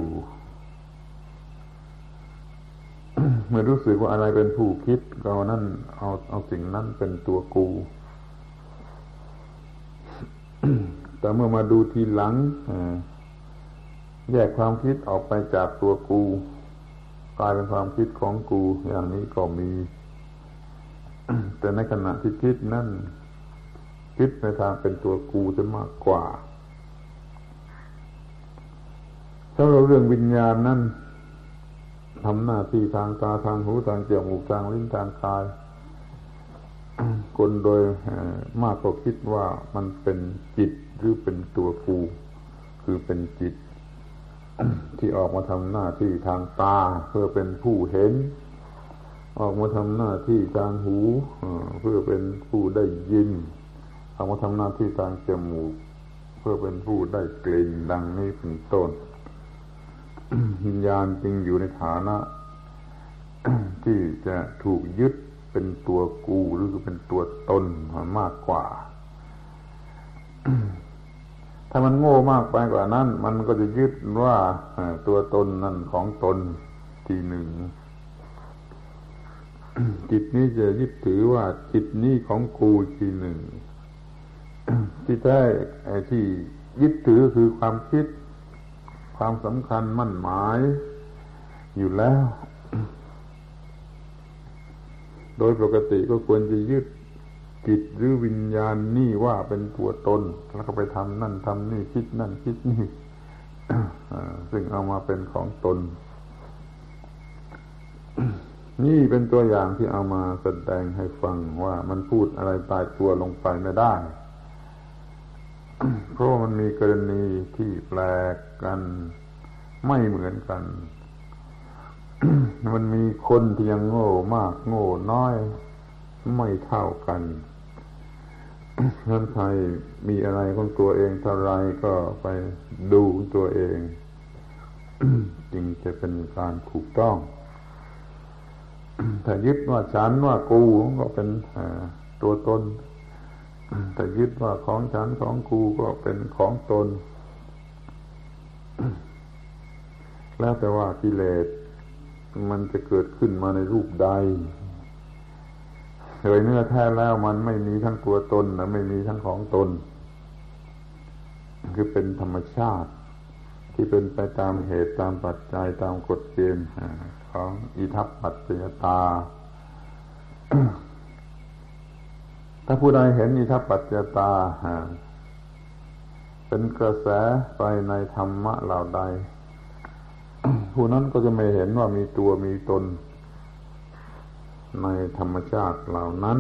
เมื่อรู้สึกว่าอะไรเป็นผู้คิดก็นั่นเอาสิ่งนั้นเป็นตัวกู แต่เมื่อมาดูทีหลังแยกความคิดออกไปจากตัวกูกลายเป็นความคิดของกูอย่างนี้ก็มี แต่ในขณะที่คิดนั่นคิดในทางเป็นตัวกูจะมากกว่าถ้าเราเรื่องวิญญาณนั่นทำหน้าที่ทางตาทางหูทางจมูกทางลิ้นทางกายคนโดยมากก็คิดว่ามันเป็นจิตหรือเป็นตัวกูคือเป็นจิตที่ออกมาทำหน้าที่ทางตาเพื่อเป็นผู้เห็นออกมาทำหน้าที่ทางหูเพื่อเป็นผู้ได้ยินออกมาทำหน้าที่ทางจมูกเพื่อเป็นผู้ได้กลิ่นดังนี้เป็นต้น วิญญาณจึงอยู่ในฐานะ ที่จะถูกยึดเป็นตัวกูหรือเป็นตัวตนมากกว่า ถ้ามันโง่มากไปกว่านั้นมันก็จะยึดว่าตัวตนนั่นของตนทีหนึ่ง จิตนี้จะยึดถือว่าจิตนี้ของกูทีหนึ่ง ที่แท้ที่ยึดถือคือความคิดความสำคัญมั่นหมายอยู่แล้ว โดยปกติก็ควรจะยึดจิตหรือวิญญาณนี่ว่าเป็นตัวตนแล้วก็ไปทำนั่นทำนี่คิดนั่นคิดนี่ ซึ่งเอามาเป็นของตน นี่เป็นตัวอย่างที่เอามาแสดงให้ฟังว่ามันพูดอะไรตายตัวลงไปไม่ได้ เพราะมันมีกรณีที่แปลกกันไม่เหมือนกัน มันมีคนที่ยังโง่มากโง่น้อยไม่เท่ากันท่านใครมีอะไรของตัวเองเท่าไรก็ไปดูตัวเอง จึงจะเป็นการถูกต้อง ถ้ายึดว่าฉันว่ากูก็เป็นตัวตนถ้ายึดว่าของฉันของกูก็เป็นของตน แล้วแต่ว่ากิเลสมันจะเกิดขึ้นมาในรูปใดโดยเนื้อแท้แล้วมันไม่มีทั้งตัวตนและไม่มีทั้งของตนคือเป็นธรรมชาติที่เป็นไปตามเหตุตามปัจจัยตามกฎเกณฑ์ของอิทัปปัจจยตา ถ้าผู้ใดเห็นอิทัปปัจจยตาเป็นกระแสไปในธรรมะเหล่าใด ผู้นั้นก็จะไม่เห็นว่ามีตัวมีตนในธรรมชาติเหล่านั้น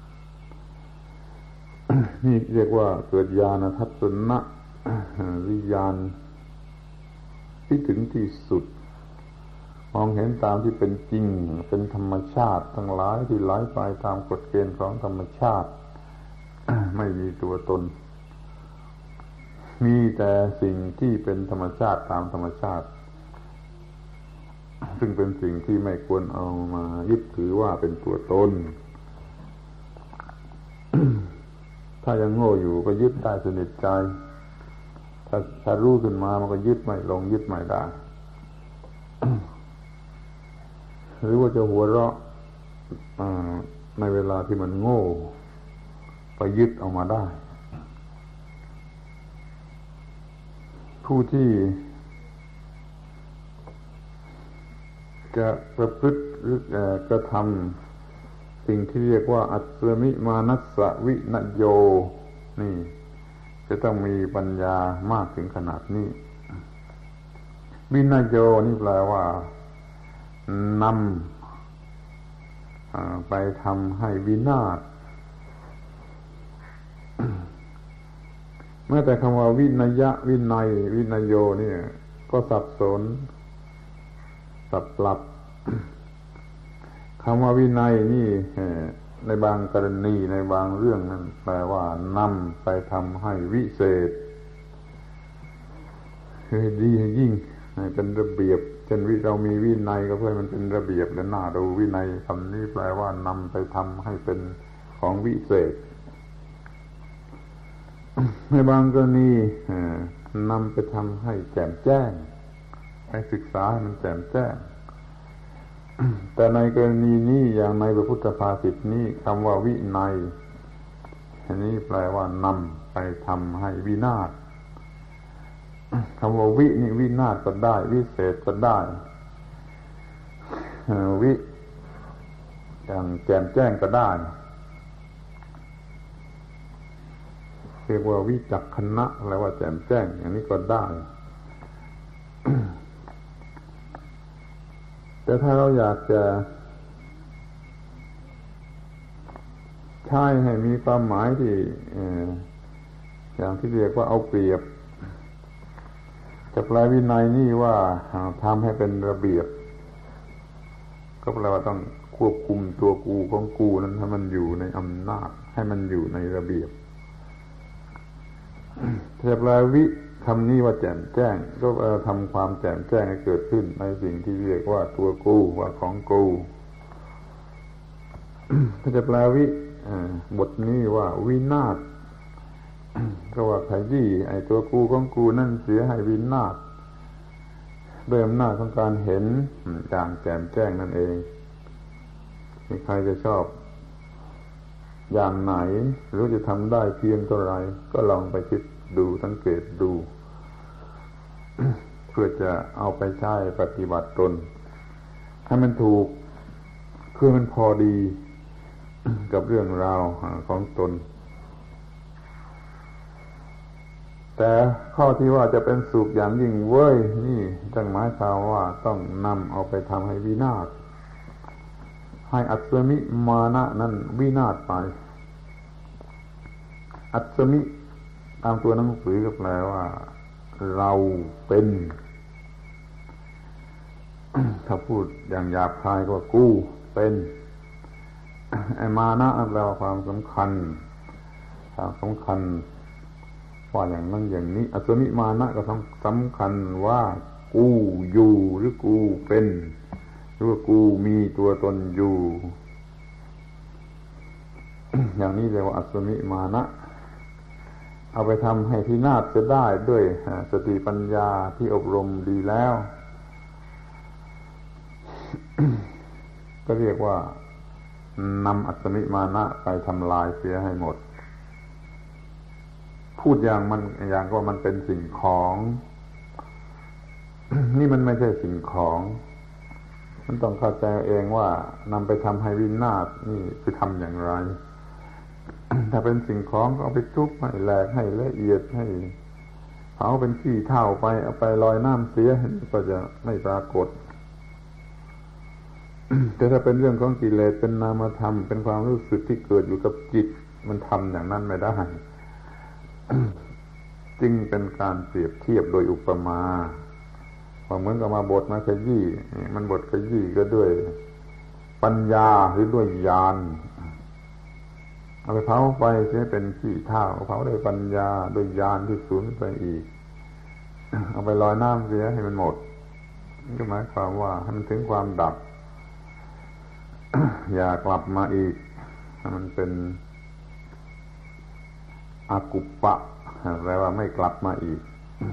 นี่เรียกว่าเกิดญาณทัศนะวิญญาณที่ถึงที่สุดมองเห็นตามที่เป็นจริงเป็นธรรมชาติทั้งหลายที่ไหลไปตามกฎเกณฑ์ของธรรมชาติ ไม่มีตัวตนมีแต่สิ่งที่เป็นธรรมชาติตามธรรมชาติซึ่งเป็นสิ่งที่ไม่ควรเอามายึดถือว่าเป็นตัวตน ถ้ายังโง่อยู่ก็ยึดได้สนิทใจถ้ารู้ขึ้นมามันก็ยึดไม่ลงยึดไม่ได้ หรือว่าจะหัวเราะในเวลาที่มันโง่ไปยึดออกมาได้ผู้ที่จะประพฤติหรือกระทำสิ่งที่เรียกว่าอัตสมิมานัสสวินโยนี่จะต้องมีปัญญามากถึงขนาดนี้วินโยนี่แปลว่านำไปทำให้วินาศแม้แต่คำว่าวินัยะวินัยวินโยนี่ก็สับสนสับปรับคำว่าวินัยนี่ในบางกรณีในบางเรื่องนั้นแปลว่านำไปทำให้วิเศษคือดียิ่งเป็นระเบียบเช่นเรามีวินัยก็เพื่อมันเป็นระเบียบและน่าดูวินัยคำนี้แปลว่านำไปทำให้เป็นของวิเศษในบางกรณีนำไปทำให้แจ่มแจ้งให้ศึกษาให้มันแจ่มแจ้งแต่ในกรณีนี้อย่างในพระพุทธภาษิตนี้คำว่าวินัยอันนี้แปลว่านำไปทำให้วินาศคำว่าวินี่วินาศก็ได้วิเศษก็ได้วิอย่างแจ่มแจ้งก็ได้เรียกว่าวิจักขณะแปลว่าแจ่มแจ้งอย่างนี้ก็ได้ แต่ถ้าเราอยากจะใช้ให้มีความหมายที่อย่างที่เรียกว่าเอาเปรียบจะแปลวินัยนี่ว่าทำให้เป็นระเบียบก็แปลว่าต้องควบคุมตัวกูของกูนั้นให้มันอยู่ในอำนาจให้มันอยู่ในระเบียบจะแปลวิคำนี้ว่าแจ่มแจ้งก็ทำความแจ่มแจ้งให้เกิดขึ้นในสิ่งที่เรียกว่าตัวกูว่าของกูถ้าจะแปลวิบทนี้ว่าวินาศก็ว่าขยี้ไอ้ตัวกูของกูนั่นเสียให้วินาศด้วยอำนาจของการเห็นอย่างแจ่มแจ้งนั่นเองมีใครจะชอบอย่างไหนหรือจะทำได้เพียงเท่าไรก็ลองไปคิดดูสังเกตดู เพื่อจะเอาไปใช้ปฏิบัติตนให้มันถูกคือมันพอดี กับเรื่องราวของตนแต่ข้อที่ว่าจะเป็นสุขอย่างยิ่งเว้ยนี่จังหมายความว่าต้องนำเอาไปทำให้วินาศให้อัศมิมานะนั้นวินาศไปอัศมิตามตัวหนังสือก็แปลว่าเราเป็น ถ้าพูดอย่างหยาบคายก็ว่ากูเป็นไอ้มานะแปลว่าความสำคัญว่าอย่างนั้นอย่างนี้อัศมิมานะก็สำคัญว่ากูอยู่หรือกูเป็นหรือว่ากูมีตัวตนอยู่ อย่างนี้เรียกว่าอัศมิมานะเอาไปทำให้พินาศจะได้ด้วยสติปัญญาที่อบรมดีแล้ว ก็เรียกว่านำอัศมิมานะไปทำลายเสียให้หมดผพูดอย่างว่ามันเป็นสิ่งของ นี่มันไม่ใช่สิ่งของมันต้องเข้าใจเองว่านำไปทำให้วินาศนี่คือทำอย่างไร ถ้าเป็นสิ่งของก็เอาไปทุบให้แหลกให้ละเอียดให้เผาเป็นขี้เถ้าไปเอาไปลอยน้ำเสียก็จะไม่ปรากฏ แต่ถ้าเป็นเรื่องของกิเลสเป็นนามธรรมเป็นความรู้สึกที่เกิดอยู่กับจิตมันทำอย่างนั้นไม่ได้ จึงเป็นการเปรียบเทียบโดยอุปมาเหมือนกับมาบดมาขยี้มันบดขยี้ก็ด้วยปัญญาหรือด้วยญาณเอาไปเผาไฟเสียเป็นขี้เถ้าเผาด้วยปัญญาด้วยญาณที่สูญไปอีกเอาไปลอยน้ำเสียให้มันหมดนี่ก็หมายความว่าให้มันถึงความดับ อย่ากลับมาอีกมันเป็นอากุปปะแปลว่าไม่กลับมาอีก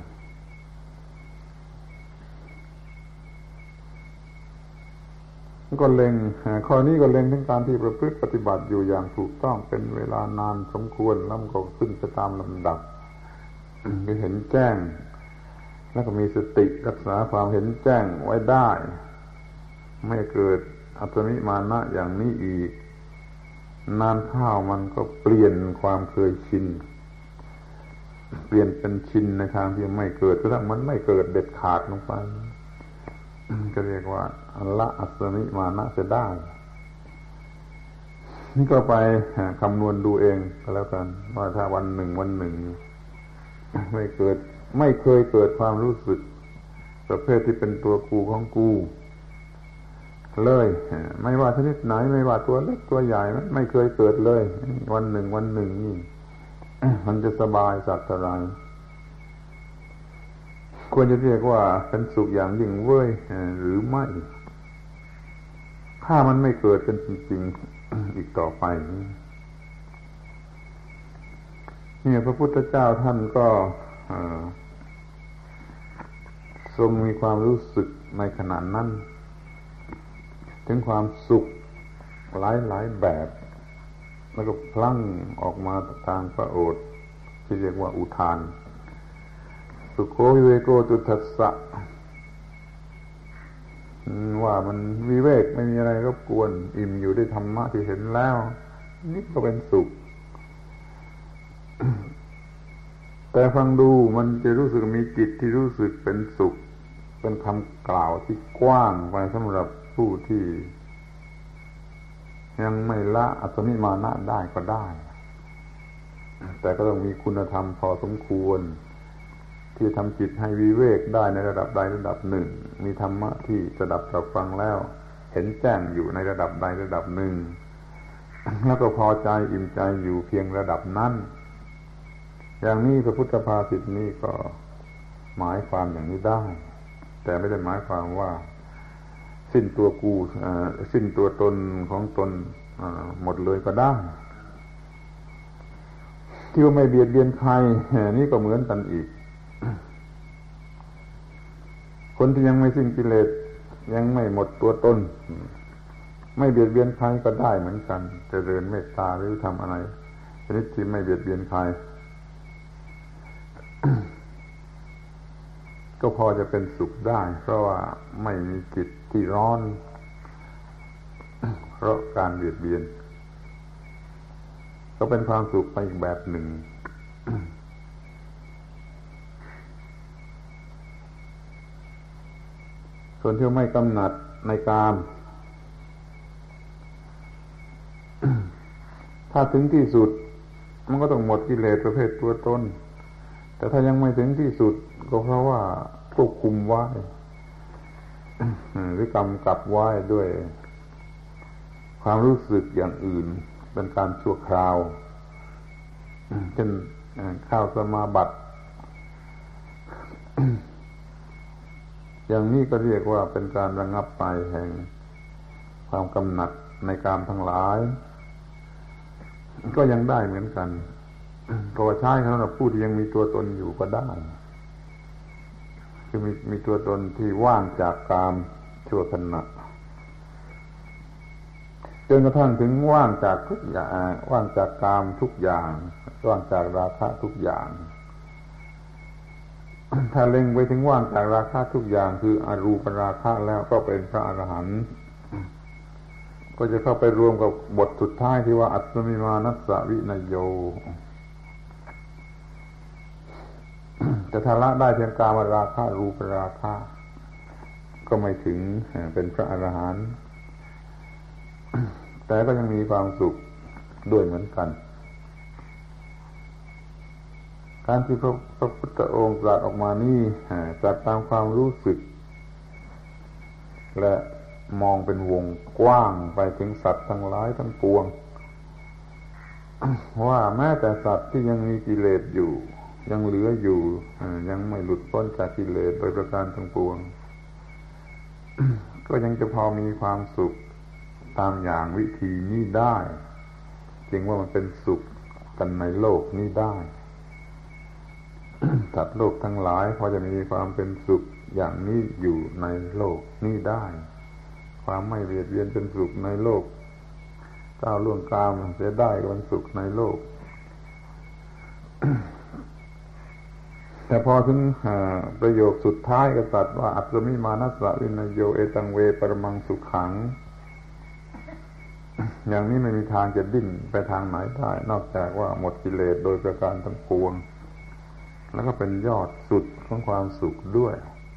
ก็เล็งข้อนี้ก็เล็งถึงการที่ประพฤติปฏิบัติอยู่อย่างถูกต้องเป็นเวลานานสมควรแล้วก็ขึ้นไปตามลำดับคือเห็นแจ้งแล้วก็มีสติรักษาความเห็นแจ้งไว้ได้ไม่เกิดอัตมิมานะอย่างนี้อีกนานเข้ามันก็เปลี่ยนความเคยชินเปลี่ยนเป็นชินในทางที่ไม่เกิดก็ถ้ามันไม่เกิดเด็ดขาดลงไปก็เรียกว่าละอัตมิมานะจะได้นี่ก็ไปคำนวณดูเองก็แล้วกันว่าถ้าวันหนึ่งไม่เคยเกิดความรู้สึกประเภทที่เป็นตัวกูของกูเลยไม่ว่าชนิดไหนไม่ว่าตัวเล็กตัวใหญ่ไม่เคยเกิดเลยวันหนึ่งนี่มันจะสบายสักเท่าไรควรจะเรียกว่าเป็นสุขอย่างยิ่งเว้ยหรือไม่ถ้ามันไม่เกิดเป็นจริงๆ อีกต่อไปเนี่ยพระพุทธเจ้าท่านก็ทรงมีความรู้สึกในขณะนั้นถึงความสุขหลายแบบแล้วก็พลั่งออกมาทางพระโอษฐ์ที่เรียกว่าอุทานสุโขวิเวโกตุทัสสะว่ามันวิเวกไม่มีอะไรรบกวนอิ่มอยู่ด้วยธรรมะที่เห็นแล้วนี่ก็เป็นสุข แต่ฟังดูมันจะรู้สึกมีจิตที่รู้สึกเป็นสุขเป็นคำกล่าวที่กว้างไปสำหรับผู้ที่ยังไม่ละอัตมิมานะได้ก็ได้แต่ก็ต้องมีคุณธรรมพอสมควรที่ทำจิตให้วิเวกได้ในระดับใดระดับหนึ่งมีธรรมะที่สดับตรับฟังแล้วเห็นแจ้งอยู่ในระดับใดระดับหนึ่งแล้วก็พอใจอิ่มใจอยู่เพียงระดับนั้นอย่างนี้พระพุทธภาษิตนี้ก็หมายความอย่างนี้ได้แต่ไม่ได้หมายความว่าสิ้นตัวกูสิ้นตัวตนของตนหมดเลยก็ได้ที่ว่าไม่เบียดเบียนใครนี่ก็เหมือนกันอีกคนที่ยังไม่สิ้นกิเลสยังไม่หมดตัวตนไม่เบียดเบียนใครก็ได้เหมือนกันเจริญเมตตาหรือทำอะไรชนิดที่ไม่เบียดเบียนใคร ก็พอจะเป็นสุขได้เพราะว่าไม่มีจิตที่ร้อนเพราะการเบียดเบียนก็เป็นความสุขไปอีกแบบหนึ่ง ส่วนที่ไม่กำหนัดในกาม ถ้าถึงที่สุดมันก็ต้องหมดกิเลสประเภทตัวตนแต่ถ้ายังไม่ถึงที่สุดก็เพราะว่าควบคุมไว้ หรือกำกับไว้ด้วยความรู้สึกอย่างอื่นเป็นการชั่วคราวเช่นเข้าสมาบัติ อย่างนี้ก็เรียกว่าเป็นการระงับไปแห่งความกำหนัดในกามทั้งหลายก็ยังได้เหมือนกันก็ใช้สำหรับผู้ที่ยังมีตัวตนอยู่ก็ได้คือมีตัวตนที่ว่างจากกามชั่วขณะจนกระทั่งถึงว่างจากทุกอย่างว่างจากกามทุกอย่างว่างจากราคะทุกอย่างถ้าเล็งไปถึงว่างจากราคะทุกอย่างคืออรูปราคะแล้วก็เป็นพระอรหันต์ก็จะเข้าไปรวมกับบทสุดท้ายที่ว่าอัตตมิมานัสสะวินยโยแต่ถ้าละได้เพียงกามราคะรูปราคะก็ไม่ถึงเป็นพระอรหันต์แต่ก็ยังมีความสุขด้วยเหมือนกันการที่พระพุทธองค์ตรัสออกมานี่ตรัสตามความรู้สึกและมองเป็นวงกว้างไปถึงสัตว์ทั้งหลายทั้งปวงว่าแม้แต่สัตว์ที่ยังมีกิเลสอยู่ยังเหลืออยู่ยังไม่หลุดพ้นจากกิเลสโดยประการทั้งปวงก็ยังจะพอมีความสุขตามอย่างวิธีนี้ได้จึงว่ามันเป็นสุขกันในโลกนี้ได้สัตว์โลกทั้งหลายพอจะมีความเป็นสุขอย่างนี้อยู่ในโลกนี้ได้ความไม่เบียดเบียนเป็นสุขในโลกก้าวล่วงกามเสียได้ก็เป็นสุขในโลก แต่พอถึงประโยคสุดท้ายก็ตรัสว่าอัตตมิมานัสสะวินยโยเอตังเวปรมังสุขังอย่างนี้ไม่มีทางจะดิ้นไปทางไหนได้นอกจากว่าหมดกิเลสโดยประการทั้งปวงแล้วก็เป็นยอดสุดของความสุขด้วย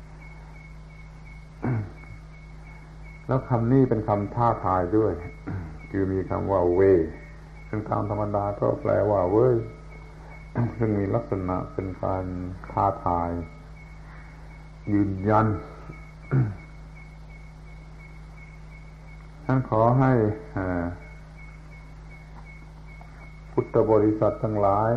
แล้วคำนี้เป็นคำท้าทายด้วย คือมีคำว่าเวซึ่งตามธรรมดาก็แปลว่าเว้ยซึ่งมีลักษณะเป็นการท้าทายยืนยันท่านขอให้พุทธบริษัททั้งหลาย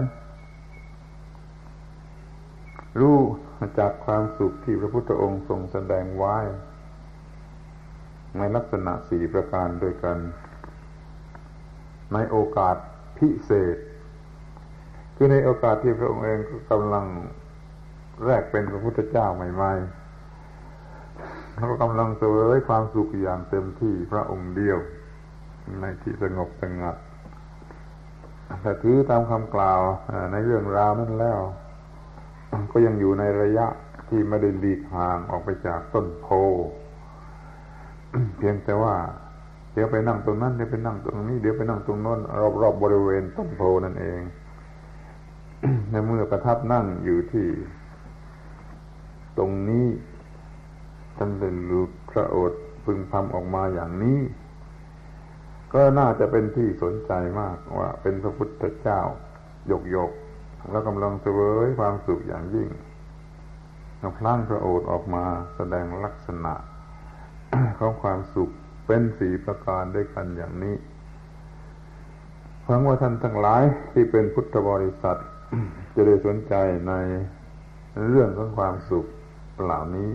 รู้จากความสุขที่พระพุทธองค์ทรงแสดงไว้ในลักษณะ4ประการด้วยกันในโอกาสพิเศษคือในโอกาสที่พระองค์เองก็กำลังแรกเป็นพระพุทธเจ้าใหม่ๆแล้วก็กำลังเสวยความสุขอย่างเต็มที่พระองค์เดียวในที่สงบสงัดแต่ถือตามคำกล่าวในเรื่องราวนั้นแล้วก็ยังอยู่ในระยะที่ไม่ได้หลีกห่างออกไปจากต้นโพเพียงแต่ว่าเดี๋ยวไปนั่งตรงนั้นเดี๋ยวไปนั่งตรงนี้เดี๋ยวไปนั่งตรงโน้นรอบๆบริเวณต้นโพนั่นเอง ในเมื่อประทับนั่งอยู่ที่ตรงนี้ท่านได้หลุดพระโอษฐ์พึงพำออกมาอย่างนี้ก็น่าจะเป็นที่สนใจมากว่าเป็นพระพุทธเจ้าหยกแล้วกำลังเสวยความสุขอย่างยิ่งพลั่งพระโอษฐ์ออกมาแสดงลักษณะ ของความสุขเป็น4ประการด้วยกันอย่างนี้หวังว่าท่านทั้งหลายที่เป็นพุทธบริษัท จะได้สนใจในเรื่องของความสุขเหล่านี้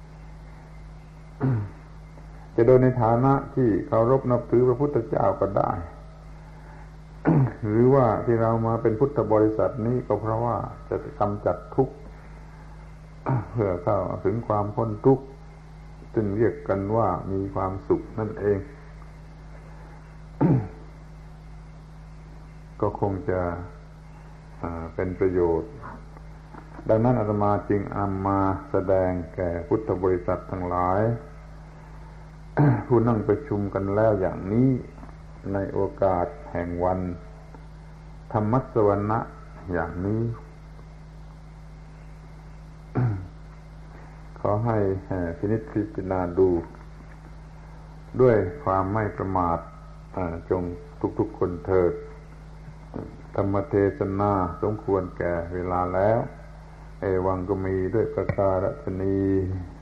จะโดยในฐานะที่เคารพนับถือพระพุทธเจ้าก็ได้ หรือว่าที่เรามาเป็นพุทธบริษัทนี้ก็เพราะว่าจะกำจัดทุกข์เพื่อเข้าถึงความพ้นทุกข์ซึ่งเรียกกันว่ามีความสุขนั่นเอง ก็คงจะเป็นประโยชน์ดังนั้นอาตมาจึงนำมาแสดงแก่พุทธบริษัททั้งหลาย ผู้นั่งประชุมกันแล้วอย่างนี้ในโอกาสแห่งวันธรรมสวนะอย่างนี้ ขอให้พินิจพิจารณาดูด้วยความไม่ประมาทจงทุกๆคนเถิดธรรมเทศนาสมควรแก่เวลาแล้วเอวังก็มีด้วยประการฉะนี้